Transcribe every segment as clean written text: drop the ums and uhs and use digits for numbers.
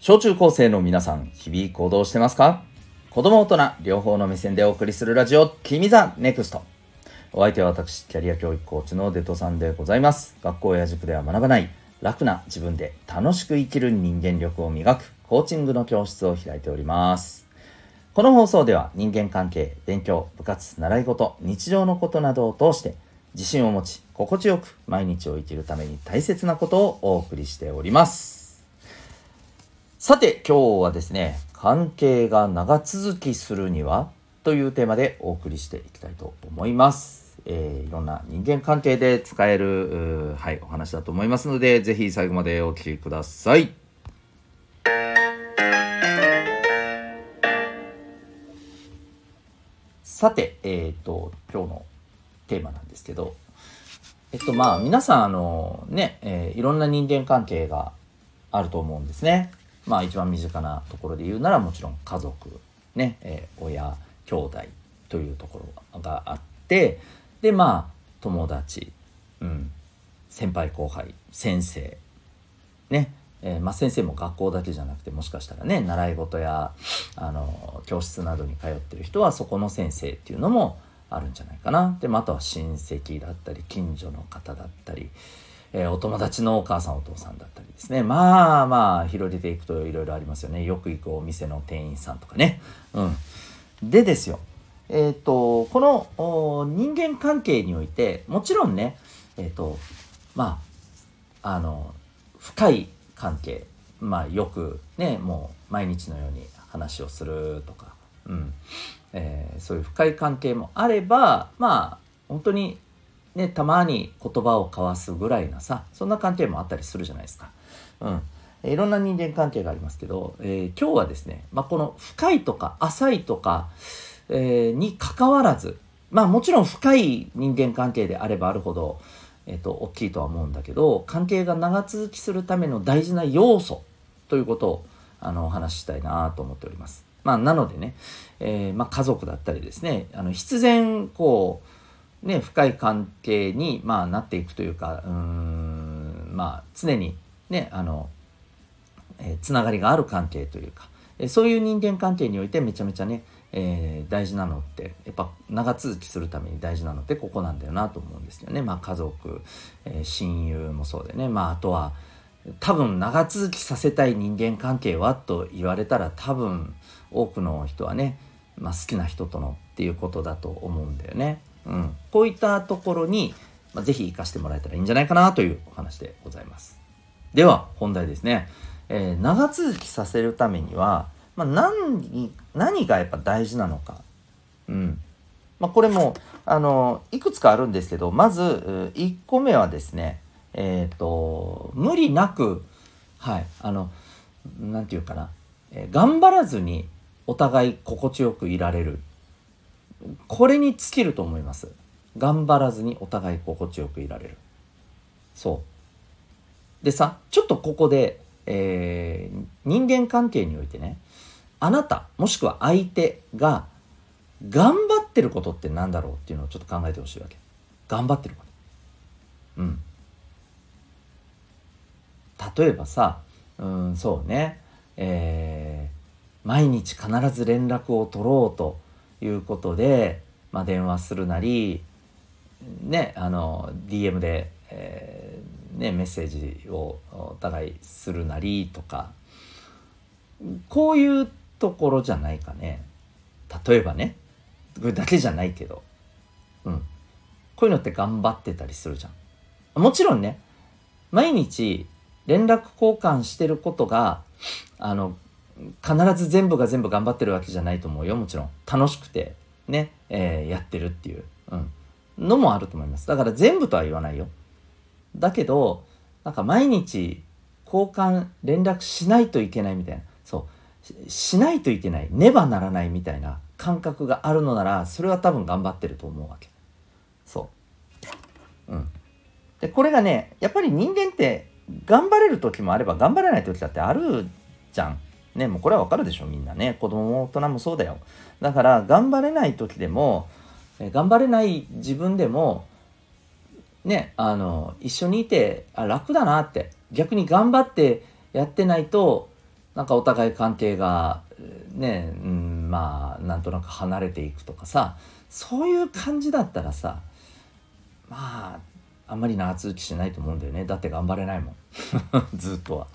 小中高生の皆さん、日々行動してますか？子供大人両方の目線でお送りするラジオ、君ザネクスト。お相手は私、キャリア教育コーチのデトさんでございます。学校や塾では学ばない楽な自分で楽しく生きる人間力を磨くコーチングの教室を開いております。この放送では人間関係、勉強、部活、習い事、日常のことなどを通して自信を持ち、心地よく毎日を生きるために大切なことをお送りしております。さて今日はですね、関係が長続きするにはというテーマでお送りしていきたいと思います。いろんな人間関係で使えるお話だと思いますので、ぜひ最後までお聞きください。さて、今日のテーマなんですけど、皆さんいろんな人間関係があると思うんですね。一番身近なところで言うならもちろん家族ね、親兄弟というところがあって、で友達、先輩後輩先生ね、先生も学校だけじゃなくて、もしかしたらね習い事や教室などに通ってる人はそこの先生っていうのもあるんじゃないかな。であとは親戚だったり近所の方だったり、お友達のお母さんお父さんだったりですね、広げていくといろいろありますよね。よく行くお店の店員さんとかね。でですよ、この人間関係においてもちろんね、深い関係、よくねもう毎日のように話をするとか、そういう深い関係もあれば、本当にね、たまに言葉を交わすぐらいなさ、そんな関係もあったりするじゃないですか。いろんな人間関係がありますけど、今日はですね、この深いとか浅いとか、に関わらず、もちろん深い人間関係であればあるほど、大きいとは思うんだけど、関係が長続きするための大事な要素ということをお話ししたいなと思っております。なのでね、家族だったりですね、必然深い関係になっていくというか、常にねつながりがある関係というか、そういう人間関係においてめちゃめちゃね、大事なのってやっぱ長続きするために大事なのってここなんだよなと思うんですよね。家族、親友もそうでね、あとは多分長続きさせたい人間関係はと言われたら、多分多くの人はね、好きな人とのっていうことだと思うんだよね。こういったところに、ぜひ活かしてもらえたらいいんじゃないかなというお話でございます。では本題ですね。長続きさせるためには、何がやっぱ大事なのか、これもいくつかあるんですけど、まず1個目はですね、無理なくなんていうかな、頑張らずにお互い心地よくいられる、これに尽きると思います。頑張らずにお互い心地よくいられる。そうでさ、ちょっとここで、人間関係においてね、あなたもしくは相手が頑張ってることってなんだろうっていうのをちょっと考えてほしいわけ。頑張ってること、例えばさ、そうね、毎日必ず連絡を取ろうということで、電話するなりね、DM で、メッセージをお互いするなりとか、こういうところじゃないかね。例えばね、これだけじゃないけど、こういうのって頑張ってたりするじゃん。もちろんね、毎日連絡交換してることが必ず全部が全部頑張ってるわけじゃないと思うよ。もちろん楽しくてね、やってるっていう、のもあると思います。だから全部とは言わないよ。だけど毎日連絡しないといけないみたいな、しないといけない、ねばならないみたいな感覚があるのなら、それは多分頑張ってると思うわけ。でこれがね、やっぱり人間って頑張れる時もあれば頑張れない時だってあるじゃんね。もうこれはわかるでしょ、みんなね。子供も大人もそうだよ。だから頑張れない時でも、頑張れない自分でもね、一緒にいて楽だなって、逆に頑張ってやってないとなんかお互い関係がね、まあなんとなく離れていくとかさ、そういう感じだったらさ、まああんまり長続きしないと思うんだよね。だって頑張れないもんずっとは、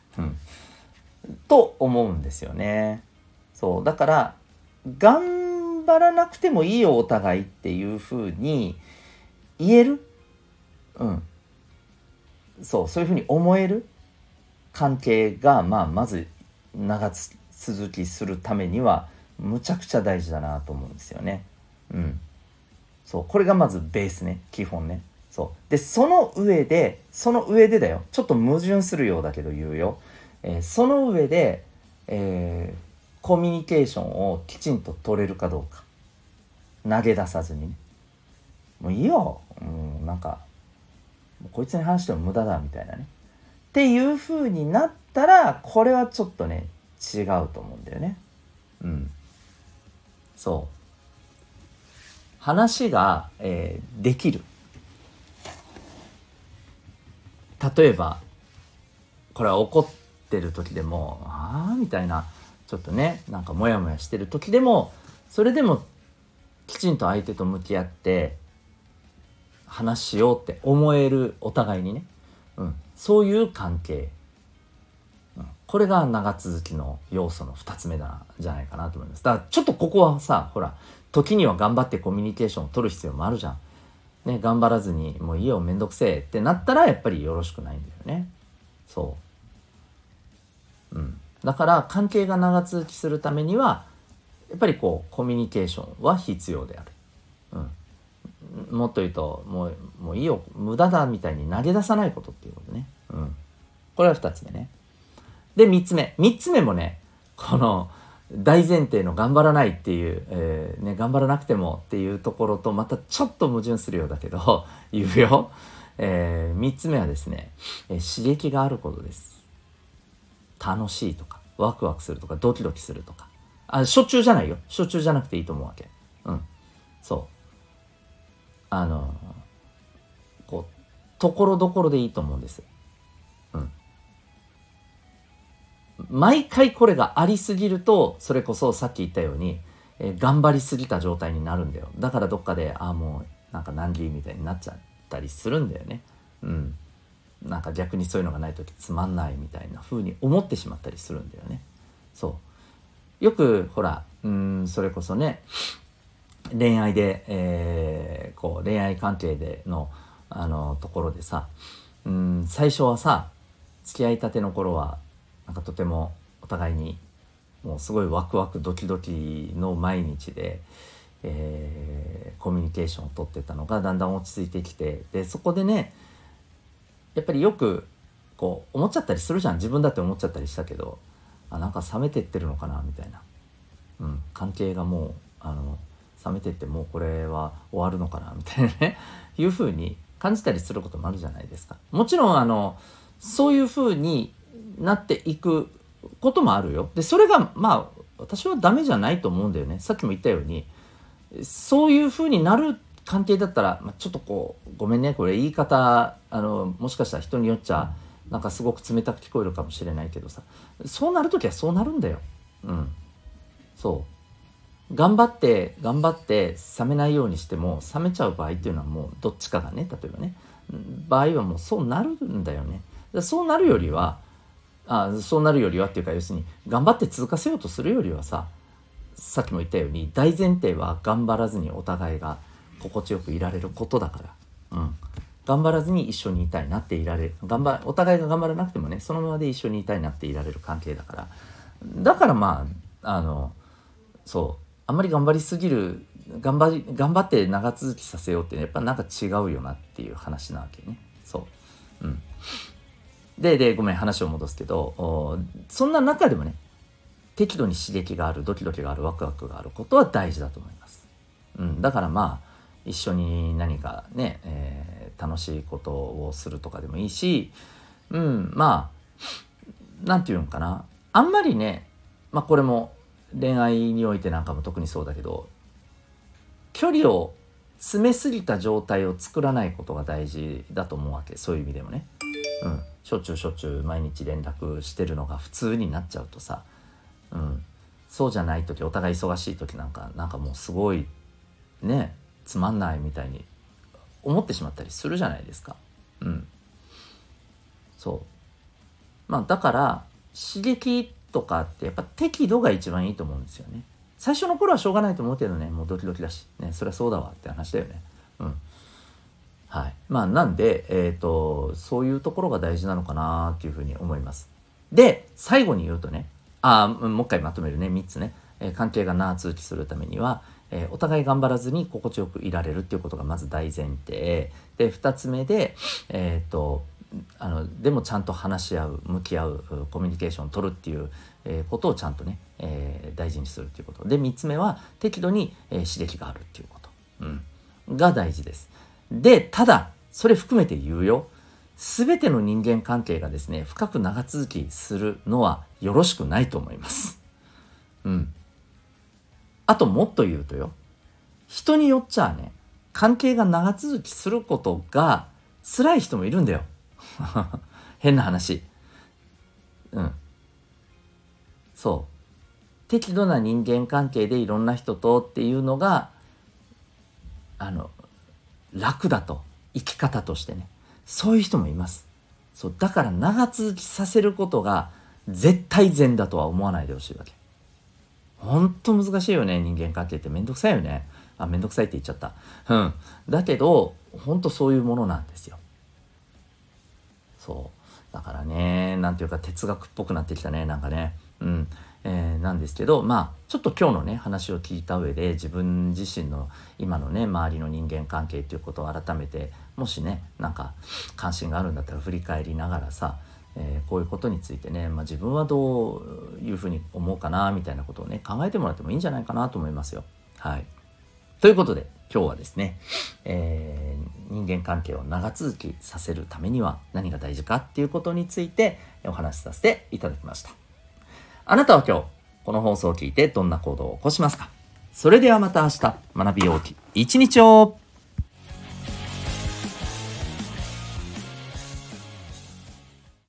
と思うんですよね。そうだから頑張らなくてもいいよお互いっていう風に言える、そういう風に思える関係が、まず長続きするためにはむちゃくちゃ大事だなと思うんですよね。そうこれがまずベースね、基本ね。そうでその上でだよ、ちょっと矛盾するようだけど言うよ、その上で、コミュニケーションをきちんと取れるかどうか、投げ出さずにね、もういいよ、なんかこいつに話しても無駄だみたいなねっていう風になったら、これはちょっとね違うと思うんだよね。そう話が、できる。例えばこれは怒ってる時でもみたいな、ちょっとねなんかモヤモヤしてる時でも、それでもきちんと相手と向き合って話しようって思えるお互いにね、そういう関係、これが長続きの要素の2つ目なんじゃないかなと思います。だからちょっとここはさ、ほら時には頑張ってコミュニケーションを取る必要もあるじゃん。ね、頑張らずにもういいよめんどくせえってなったらやっぱりよろしくないんだよね。だから関係が長続きするためにはやっぱりこうコミュニケーションは必要である。もっと言うともういいよ無駄だみたいに投げ出さないことっていうことね。これは2つ目ね。で3つ目もね、この大前提の頑張らないっていう、頑張らなくてもっていうところとまたちょっと矛盾するようだけど言うよ、3つ目はですね、刺激があることです。楽しいとかワクワクするとかドキドキするとか、しょっちゅうじゃないよ、しょっちゅうじゃなくていいと思うわけ。こうところどころでいいと思うんです。毎回これがありすぎると、それこそさっき言ったように、頑張りすぎた状態になるんだよ。だからどっかでもうなんか難儀みたいになっちゃったりするんだよね。なんか逆にそういうのがない時つまんないみたいな風に思ってしまったりするんだよね。よくほらそれこそね恋愛で、こう恋愛関係でのところでさ、最初はさ付き合いたての頃はなんかとてもお互いにもうすごいワクワクドキドキの毎日で、コミュニケーションを取ってたのがだんだん落ち着いてきて、でそこでねやっぱりよくこう思っちゃったりするじゃん。自分だって思っちゃったりしたけど、なんか冷めてってるのかなみたいな、関係がもう冷めてってもうこれは終わるのかなみたいなねいう風に感じたりすることもあるじゃないですか。もちろんそういう風になっていくこともあるよ。でそれが私はダメじゃないと思うんだよね。さっきも言ったようにそういう風になる関係だったら、ちょっとこうごめんね、これ言い方もしかしたら人によっちゃなんかすごく冷たく聞こえるかもしれないけどさ、そうなるときはそうなるんだよ。頑張って冷めないようにしても冷めちゃう場合っていうのはもうどっちかがね、例えばね場合はもうそうなるんだよね。そうなるよりはっていうか、要するに頑張って続かせようとするよりはさ、さっきも言ったように大前提は頑張らずにお互いが心地よくいられることだから、頑張らずに一緒にいたいなっていられる、お互いが頑張らなくてもねそのままで一緒にいたいなっていられる関係だから、だからあんまり頑張りすぎる、頑張って長続きさせようってやっぱなんか違うよなっていう話なわけね。でごめん話を戻すけど、そんな中でもね適度に刺激がある、ドキドキがある、ワクワクがあることは大事だと思います。だから一緒に何かね、楽しいことをするとかでもいいし、なんていうのかな、あんまりね、これも恋愛においてなんかも特にそうだけど、距離を詰めすぎた状態を作らないことが大事だと思うわけ。そういう意味でもね。 しょっちゅう毎日連絡してるのが普通になっちゃうとさ、そうじゃない時、お互い忙しい時なんかもうすごいねつまんないみたいに思ってしまったりするじゃないですか。だから刺激とかってやっぱ適度が一番いいと思うんですよね。最初の頃はしょうがないと思うけどね、もうドキドキだしね、そりゃそうだわって話だよね。なんでそういうところが大事なのかなっていうふうに思います。で最後に言うとね、もう一回まとめるね、3つね、関係が長続きするためには、お互い頑張らずに心地よくいられるっていうことがまず大前提で、2つ目ででもちゃんと話し合う、向き合う、コミュニケーションを取るっていう、ことをちゃんとね、大事にするっていうことで、3つ目は適度に、刺激があるっていうこと、が大事です。でただそれ含めて言うよ、全ての人間関係がですね深く長続きするのはよろしくないと思います。あともっと言うとよ、人によっちゃね、関係が長続きすることが辛い人もいるんだよ変な話。適度な人間関係でいろんな人とっていうのが楽だと、生き方としてね、そういう人もいます。だから長続きさせることが絶対善だとは思わないでほしいわけ。ほんと難しいよね、人間関係ってめんどくさいよね。めんどくさいって言っちゃった。だけどほんとそういうものなんですよ。だからね、なんていうか哲学っぽくなってきたね、なんかね。なんですけど、ちょっと今日のね話を聞いた上で、自分自身の今のね周りの人間関係ということを改めて、もしねなんか関心があるんだったら振り返りながらさ、こういうことについてね、自分はどういうふうに思うかなみたいなことをね考えてもらってもいいんじゃないかなと思いますよ。ということで今日はですね、人間関係を長続きさせるためには何が大事かっていうことについてお話しさせていただきました。あなたは今日この放送を聞いてどんな行動を起こしますか？それではまた明日、学びようき一日を。